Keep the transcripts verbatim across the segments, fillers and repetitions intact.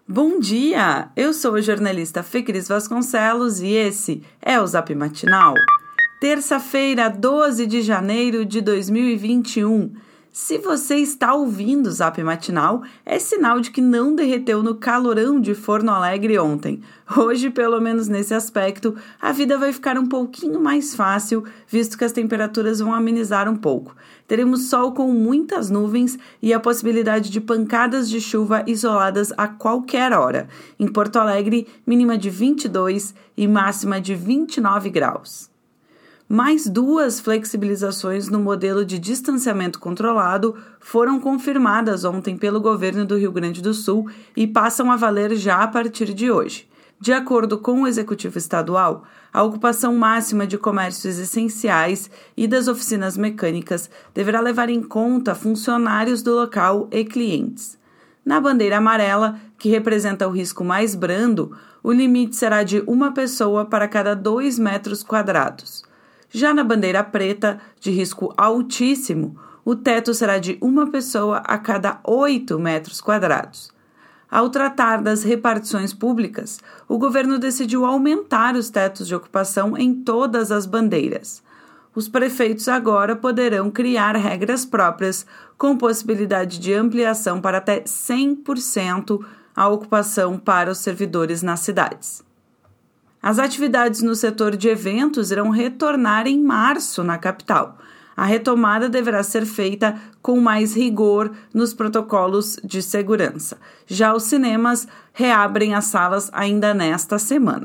Bom dia! Eu sou a jornalista Fê Cris Vasconcelos e esse é o Zap Matinal. Terça-feira, doze de janeiro de dois mil e vinte e um. Se você está ouvindo o Zap Matinal, é sinal de que não derreteu no calorão de Forno Alegre ontem. Hoje, pelo menos nesse aspecto, a vida vai ficar um pouquinho mais fácil, visto que as temperaturas vão amenizar um pouco. Teremos sol com muitas nuvens e a possibilidade de pancadas de chuva isoladas a qualquer hora. Em Porto Alegre, mínima de vinte e dois e máxima de vinte e nove graus. Mais duas flexibilizações no modelo de distanciamento controlado foram confirmadas ontem pelo governo do Rio Grande do Sul e passam a valer já a partir de hoje. De acordo com o Executivo Estadual, a ocupação máxima de comércios essenciais e das oficinas mecânicas deverá levar em conta funcionários do local e clientes. Na bandeira amarela, que representa o risco mais brando, o limite será de uma pessoa para cada dois metros quadrados. Já na bandeira preta, de risco altíssimo, o teto será de uma pessoa a cada oito metros quadrados. Ao tratar das repartições públicas, o governo decidiu aumentar os tetos de ocupação em todas as bandeiras. Os prefeitos agora poderão criar regras próprias, com possibilidade de ampliação para até cem por cento a ocupação para os servidores nas cidades. As atividades no setor de eventos irão retornar em março na capital. A retomada deverá ser feita com mais rigor nos protocolos de segurança. Já os cinemas reabrem as salas ainda nesta semana.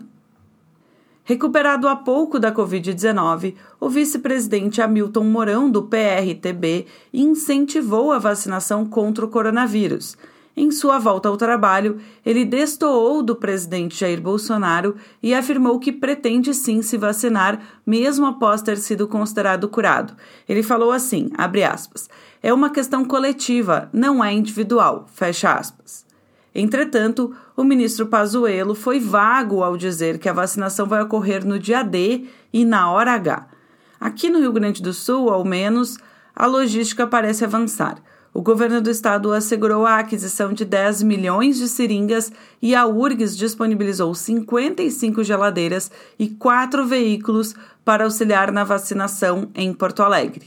Recuperado há pouco da covid dezenove, o vice-presidente Hamilton Mourão, do P R T B, incentivou a vacinação contra o coronavírus. Em sua volta ao trabalho, ele destoou do presidente Jair Bolsonaro e afirmou que pretende sim se vacinar, mesmo após ter sido considerado curado. Ele falou assim, abre aspas, é uma questão coletiva, não é individual, fecha aspas. Entretanto, o ministro Pazuello foi vago ao dizer que a vacinação vai ocorrer no dia D e na hora H. Aqui no Rio Grande do Sul, ao menos, a logística parece avançar. O governo do estado assegurou a aquisição de dez milhões de seringas e a U R G S disponibilizou cinquenta e cinco geladeiras e quatro veículos para auxiliar na vacinação em Porto Alegre.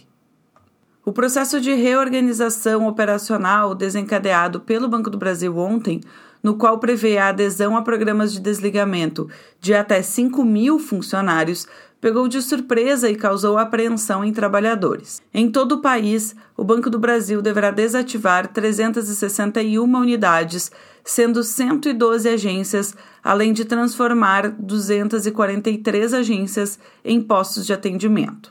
O processo de reorganização operacional desencadeado pelo Banco do Brasil ontem, no qual prevê a adesão a programas de desligamento de até cinco mil funcionários, pegou de surpresa e causou apreensão em trabalhadores. Em todo o país, o Banco do Brasil deverá desativar trezentas e sessenta e uma unidades, sendo cento e doze agências, além de transformar duzentas e quarenta e três agências em postos de atendimento.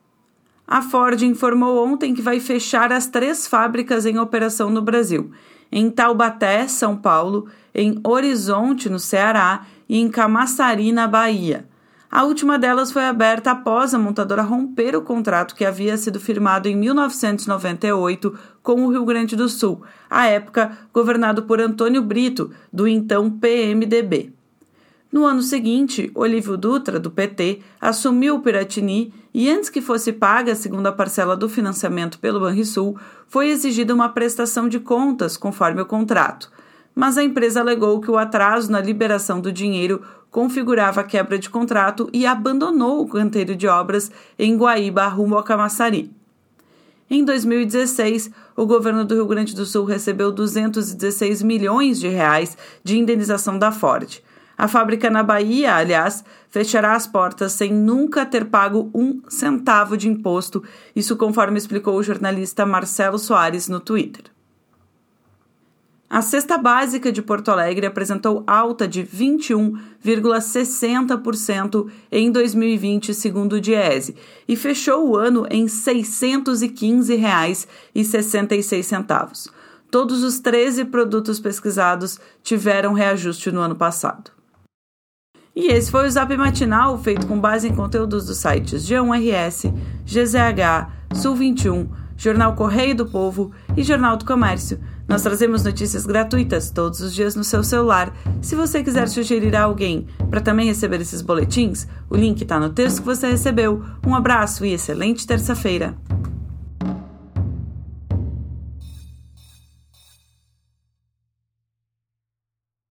A Ford informou ontem que vai fechar as três fábricas em operação no Brasil, em Taubaté, São Paulo, em Horizonte, no Ceará, e em Camaçari, na Bahia. A última delas foi aberta após a montadora romper o contrato que havia sido firmado em mil novecentos e noventa e oito com o Rio Grande do Sul, à época governado por Antônio Brito, do então P M D B. No ano seguinte, Olívio Dutra, do P T, assumiu o Piratini e, antes que fosse paga a segunda parcela do financiamento pelo Banrisul, foi exigida uma prestação de contas conforme o contrato. Mas a empresa alegou que o atraso na liberação do dinheiro configurava a quebra de contrato e abandonou o canteiro de obras em Guaíba, rumo a Camaçari. Em dois mil e dezesseis, o governo do Rio Grande do Sul recebeu duzentos e dezesseis milhões de reais de indenização da Ford. A fábrica na Bahia, aliás, fechará as portas sem nunca ter pago um centavo de imposto, isso conforme explicou o jornalista Marcelo Soares no Twitter. A cesta básica de Porto Alegre apresentou alta de vinte e um vírgula sessenta por cento em dois mil e vinte, segundo o Diese, e fechou o ano em seiscentos e quinze reais e sessenta e seis centavos. Todos os treze produtos pesquisados tiveram reajuste no ano passado. E esse foi o Zap Matinal, feito com base em conteúdos dos sites G um R S, G Z H, Sul vinte e um, Jornal Correio do Povo e Jornal do Comércio. Nós trazemos notícias gratuitas todos os dias no seu celular. Se você quiser sugerir a alguém para também receber esses boletins, o link está no texto que você recebeu. Um abraço e excelente terça-feira!